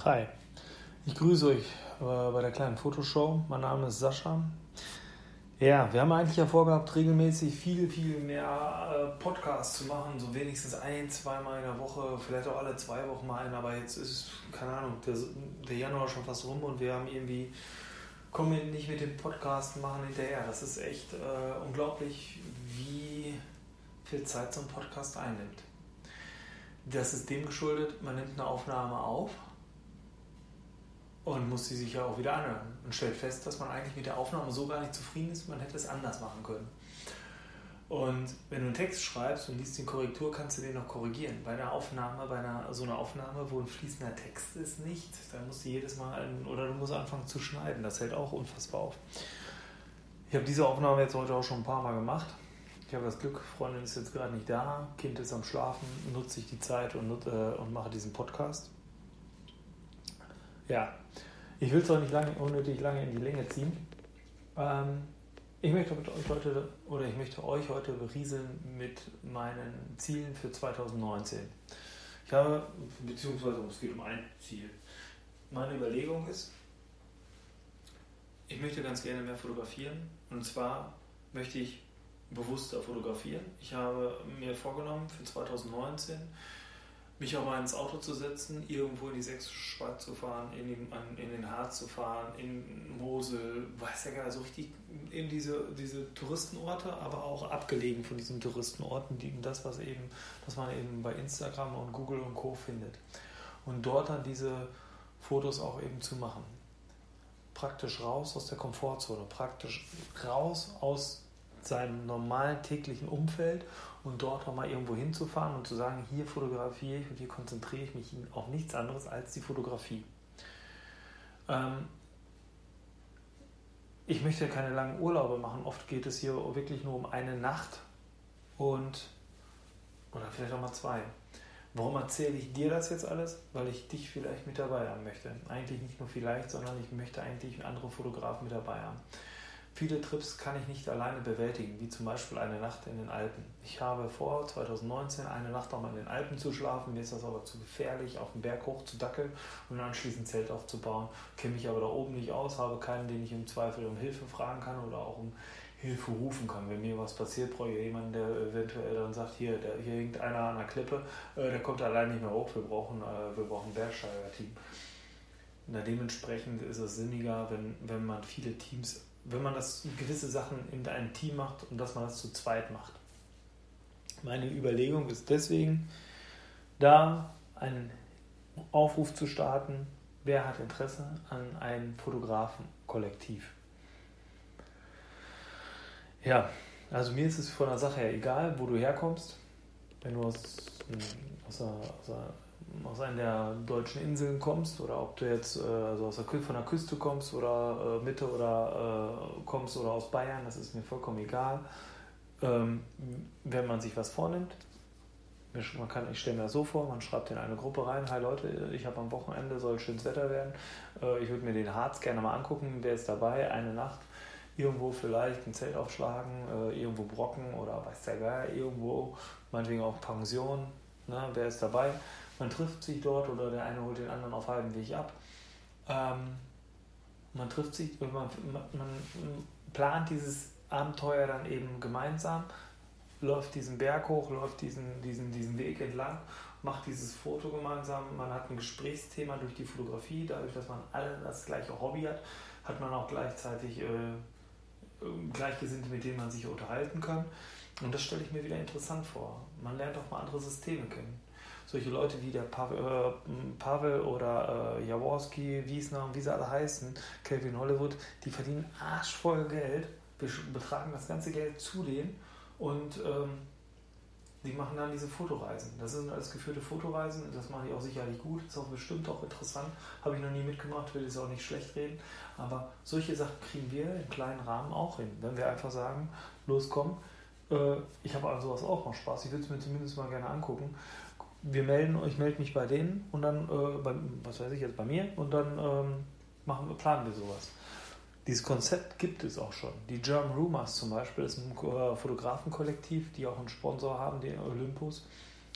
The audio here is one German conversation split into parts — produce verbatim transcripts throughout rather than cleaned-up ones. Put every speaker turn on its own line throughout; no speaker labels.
Hi, ich grüße euch äh, bei der kleinen Fotoshow. Mein Name ist Sascha. Ja, wir haben eigentlich ja vorgehabt, regelmäßig viel, viel mehr äh, Podcasts zu machen, so wenigstens ein, zweimal in der Woche, vielleicht auch alle zwei Wochen mal einen, aber jetzt ist, keine Ahnung, der, der Januar schon fast rum und wir haben irgendwie, kommen wir nicht mit dem Podcast machen hinterher. Das ist echt äh, unglaublich, wie viel Zeit so ein Podcast einnimmt. Das ist dem geschuldet, man nimmt eine Aufnahme auf und muss sie sich ja auch wieder anhören und stellt fest, dass man eigentlich mit der Aufnahme so gar nicht zufrieden ist, man hätte es anders machen können. Und wenn du einen Text schreibst und liest die Korrektur, kannst du den noch korrigieren. Bei einer Aufnahme, bei einer so einer Aufnahme, wo ein fließender Text ist, nicht. Da musst du jedes Mal, ein, oder du musst anfangen zu schneiden. Das hält auch unfassbar auf. Ich habe diese Aufnahme jetzt heute auch schon ein paar Mal gemacht. Ich habe das Glück, Freundin ist jetzt gerade nicht da, Kind ist am Schlafen, nutze ich die Zeit und, äh, und mache diesen Podcast. Ja, ich will es auch nicht lange, unnötig lange in die Länge ziehen. Ähm, ich möchte mit euch heute, oder ich möchte euch heute berieseln mit meinen Zielen für zwanzig neunzehn. Ich habe, beziehungsweise es geht um ein Ziel. Meine Überlegung ist, ich möchte ganz gerne mehr fotografieren. Und zwar möchte ich bewusster fotografieren. Ich habe mir vorgenommen, für zwanzig neunzehn mich auch mal ins Auto zu setzen, irgendwo in die Sächsische Schweiz zu fahren, in den, in den Harz zu fahren, in Mosel, weiß ja gar nicht, so richtig in diese, diese Touristenorte, aber auch abgelegen von diesen Touristenorten, die, das, was, eben, was man eben bei Instagram und Google und Co. findet. Und dort dann diese Fotos auch eben zu machen. Praktisch raus aus der Komfortzone, praktisch raus aus seinem normalen täglichen Umfeld und dort nochmal irgendwo hinzufahren und zu sagen, hier fotografiere ich und hier konzentriere ich mich auf nichts anderes als die Fotografie. Ähm ich möchte keine langen Urlaube machen, oft geht es hier wirklich nur um eine Nacht und oder vielleicht auch mal zwei. Warum erzähle ich dir das jetzt alles? Weil ich dich vielleicht mit dabei haben möchte. Eigentlich nicht nur vielleicht, sondern ich möchte eigentlich andere Fotografen mit dabei haben. Viele Trips kann ich nicht alleine bewältigen, wie zum Beispiel eine Nacht in den Alpen. Ich habe vor, zwanzig neunzehn eine Nacht auch mal in den Alpen zu schlafen, mir ist das aber zu gefährlich, auf den Berg hoch zu dackeln und anschließend Zelt aufzubauen. Kenne mich aber da oben nicht aus, habe keinen, den ich im Zweifel um Hilfe fragen kann oder auch um Hilfe rufen kann. Wenn mir was passiert, brauche ich jemanden, der eventuell dann sagt, hier, der, hier hängt einer an der Klippe, äh, der kommt allein nicht mehr hoch, wir brauchen, äh, wir brauchen ein Bergsteiger-Team. Na, dementsprechend ist es sinniger, wenn, wenn man viele Teams wenn man das gewisse Sachen in einem Team macht und dass man das zu zweit macht. Meine Überlegung ist deswegen, da einen Aufruf zu starten, wer hat Interesse an einem Fotografenkollektiv. Ja, also mir ist es von der Sache her egal, wo du herkommst, wenn du aus, aus, der, aus, der, aus einer der deutschen Inseln kommst oder ob du jetzt äh, also aus der, von der Küste kommst oder äh, Mitte oder äh, kommst oder aus Bayern, das ist mir vollkommen egal. Ähm, wenn man sich was vornimmt, man kann, ich stelle mir das so vor, man schreibt in eine Gruppe rein, hi Leute, ich habe am Wochenende, soll schönes Wetter werden, äh, ich würde mir den Harz gerne mal angucken, wer ist dabei, eine Nacht, irgendwo vielleicht ein Zelt aufschlagen, äh, irgendwo Brocken oder weiß der Geier, irgendwo, meinetwegen auch Pension, ne, wer ist dabei? Man trifft sich dort oder der eine holt den anderen auf halbem Weg ab. Ähm, man trifft sich, man, man, man plant dieses Abenteuer dann eben gemeinsam, läuft diesen Berg hoch, läuft diesen, diesen, diesen Weg entlang, macht dieses Foto gemeinsam. Man hat ein Gesprächsthema durch die Fotografie, dadurch, dass man alle das gleiche Hobby hat, hat man auch gleichzeitig äh, Gleichgesinnte, mit denen man sich unterhalten kann. Und das stelle ich mir wieder interessant vor. Man lernt auch mal andere Systeme kennen. Solche Leute wie der Pavel, äh, Pavel oder äh, Jaworski, Wiesner, wie sie alle heißen, Calvin Hollywood, die verdienen arschvoll Geld, betragen das ganze Geld zu denen und ähm, die machen dann diese Fotoreisen. Das sind alles geführte Fotoreisen, das machen die auch sicherlich gut, ist auch bestimmt auch interessant, habe ich noch nie mitgemacht, will es auch nicht schlecht reden, aber solche Sachen kriegen wir im kleinen Rahmen auch hin, wenn wir einfach sagen, los komm, äh, ich habe an sowas auch mal Spaß, ich würde es mir zumindest mal gerne angucken. Wir melden, ich melde mich bei denen und dann, äh, bei, was weiß ich jetzt, bei mir und dann ähm, machen wir, planen wir sowas. Dieses Konzept gibt es auch schon. Die German Rumors zum Beispiel ist ein äh, Fotografenkollektiv, die auch einen Sponsor haben, den Olympus.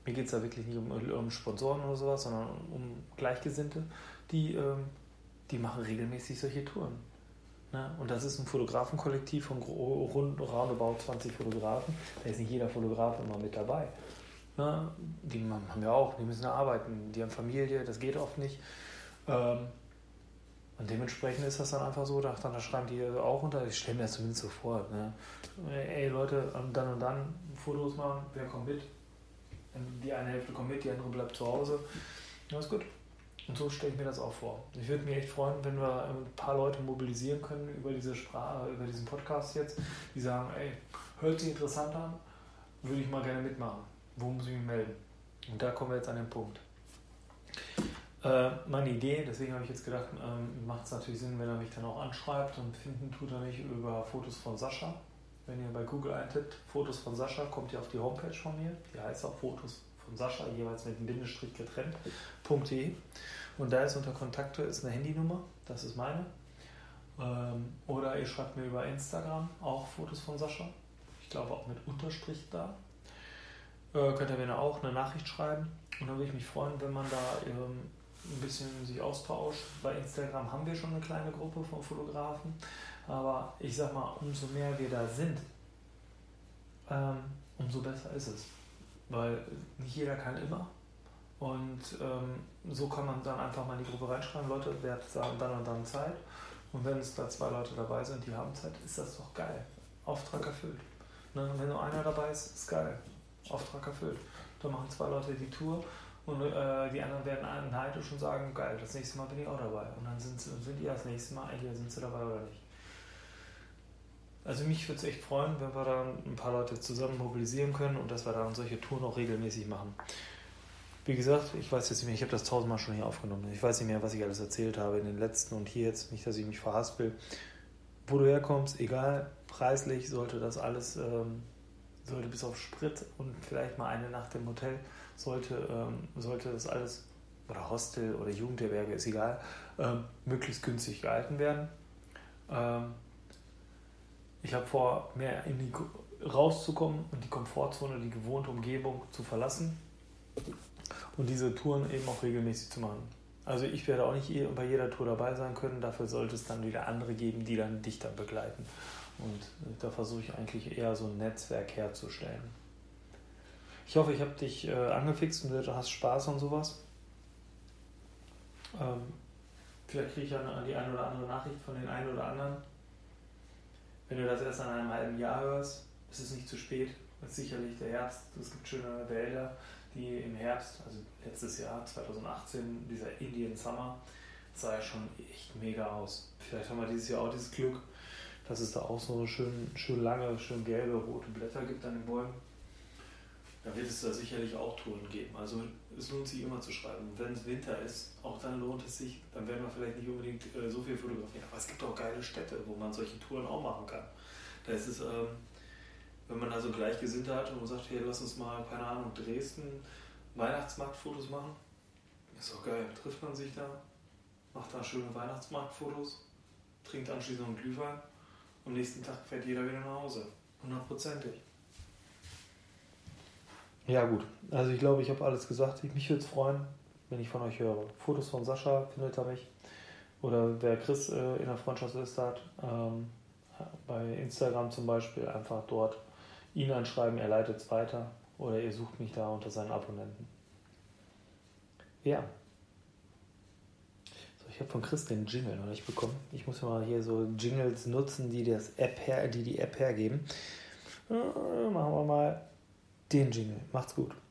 mir geht es da wirklich nicht um, um Sponsoren oder sowas, sondern um Gleichgesinnte, die, ähm, die machen regelmäßig solche Touren. Ne? Und das ist ein Fotografenkollektiv von rund roundabout zwanzig Fotografen. Da ist nicht jeder Fotograf immer mit dabei. Ne? Die haben ja auch, die müssen arbeiten, die haben Familie, das geht oft nicht. Ähm, und dementsprechend ist das dann einfach so, da, da schreiben die auch unter, ich stelle mir das zumindest so vor, ne? Ey Leute, dann und dann Fotos machen, wer kommt mit? Die eine Hälfte kommt mit, die andere bleibt zu Hause. Ja, ist gut. Und so stelle ich mir das auch vor. Ich würde mich echt freuen, wenn wir ein paar Leute mobilisieren können über diese Sprache, über diesen Podcast jetzt, die sagen, ey, hört sich interessant an, würde ich mal gerne mitmachen. Wo muss ich mich melden? Und da kommen wir jetzt an den Punkt. Äh, meine Idee, deswegen habe ich jetzt gedacht, ähm, macht es natürlich Sinn, wenn er mich dann auch anschreibt, und finden tut er mich über Fotos von Sascha. Wenn ihr bei Google eintippt, Fotos von Sascha, kommt ihr auf die Homepage von mir. Die heißt auch Fotos von Sascha, jeweils mit einem Bindestrich getrennt, .de. Und da ist unter Kontakte ist eine Handynummer, das ist meine. Ähm, oder ihr schreibt mir über Instagram auch Fotos von Sascha. Ich glaube auch mit Unterstrich da. Äh, könnt ihr mir auch eine Nachricht schreiben. Und dann würde ich mich freuen, wenn man da ähm, ein bisschen sich austauscht. Bei Instagram haben wir schon eine kleine Gruppe von Fotografen. Aber ich sag mal, umso mehr wir da sind, ähm, umso besser ist es. Weil nicht jeder kann immer. Und ähm, so kann man dann einfach mal in die Gruppe reinschreiben, Leute, wer hat dann und dann Zeit. Und wenn es da zwei Leute dabei sind, die haben Zeit, ist das doch geil. Auftrag erfüllt. Ne? Wenn nur einer dabei ist, ist geil. Auftrag erfüllt. Da machen zwei Leute die Tour und äh, die anderen werden neidisch und sagen, geil, das nächste Mal bin ich auch dabei. Und dann sind, sind die das nächste Mal, entweder sind sie dabei oder nicht. Also mich würde es echt freuen, wenn wir da ein paar Leute zusammen mobilisieren können und dass wir dann solche Touren auch regelmäßig machen. Wie gesagt, ich weiß jetzt nicht mehr, ich habe das tausendmal schon hier aufgenommen. Ich weiß nicht mehr, was ich alles erzählt habe in den letzten und hier jetzt. Nicht, dass ich mich verhaspel. Wo du herkommst, egal, preislich sollte das alles, ähm, sollte bis auf Sprit und vielleicht mal eine Nacht im Hotel, sollte, ähm, sollte das alles, oder Hostel oder Jugendherberge, ist egal, ähm, möglichst günstig gehalten werden. Ähm, ich habe vor, mehr in die rauszukommen und die Komfortzone, die gewohnte Umgebung zu verlassen. Und diese Touren eben auch regelmäßig zu machen. Also ich werde auch nicht bei jeder Tour dabei sein können, dafür sollte es dann wieder andere geben, die dann dich dann begleiten. Und da versuche ich eigentlich eher so ein Netzwerk herzustellen. Ich hoffe, ich habe dich äh, angefixt und du hast Spaß und sowas. Ähm, vielleicht kriege ich ja die eine oder andere Nachricht von den einen oder anderen. Wenn du das erst in einem halben Jahr hörst, ist es nicht zu spät. Es ist sicherlich der Herbst, es gibt schöne Wälder, die im Herbst, also letztes Jahr, zwanzig achtzehn, dieser Indian Summer, sah ja schon echt mega aus. Vielleicht haben wir dieses Jahr auch dieses Glück, dass es da auch so schön, schön lange, schön gelbe, rote Blätter gibt an den Bäumen. Da wird es da sicherlich auch Touren geben. Also es lohnt sich immer zu schreiben. Und wenn es Winter ist, auch dann lohnt es sich, dann werden wir vielleicht nicht unbedingt äh, so viel fotografieren. Aber es gibt auch geile Städte, wo man solche Touren auch machen kann. Da ist es... Ähm, wenn man da so Gleichgesinnte hat und sagt, hey, lass uns mal, keine Ahnung, Dresden Weihnachtsmarktfotos machen. Ist auch geil. Trifft man sich da, macht da schöne Weihnachtsmarktfotos, trinkt anschließend noch einen Glühwein. Am nächsten Tag fährt jeder wieder nach Hause. Hundertprozentig. Ja gut, also ich glaube, ich habe alles gesagt. Mich würde es freuen, wenn ich von euch höre. Fotos von Sascha findet er mich. Oder wer Chris äh, in der Freundschaftsliste hat, ähm, bei Instagram zum Beispiel, einfach dort ihn anschreiben, er leitet es weiter oder ihr sucht mich da unter seinen Abonnenten. Ja. So, ich habe von Chris den Jingle noch nicht bekommen. Ich muss ja mal hier so Jingles nutzen, die das App her, die die App hergeben. Machen wir mal den Jingle. Macht's gut.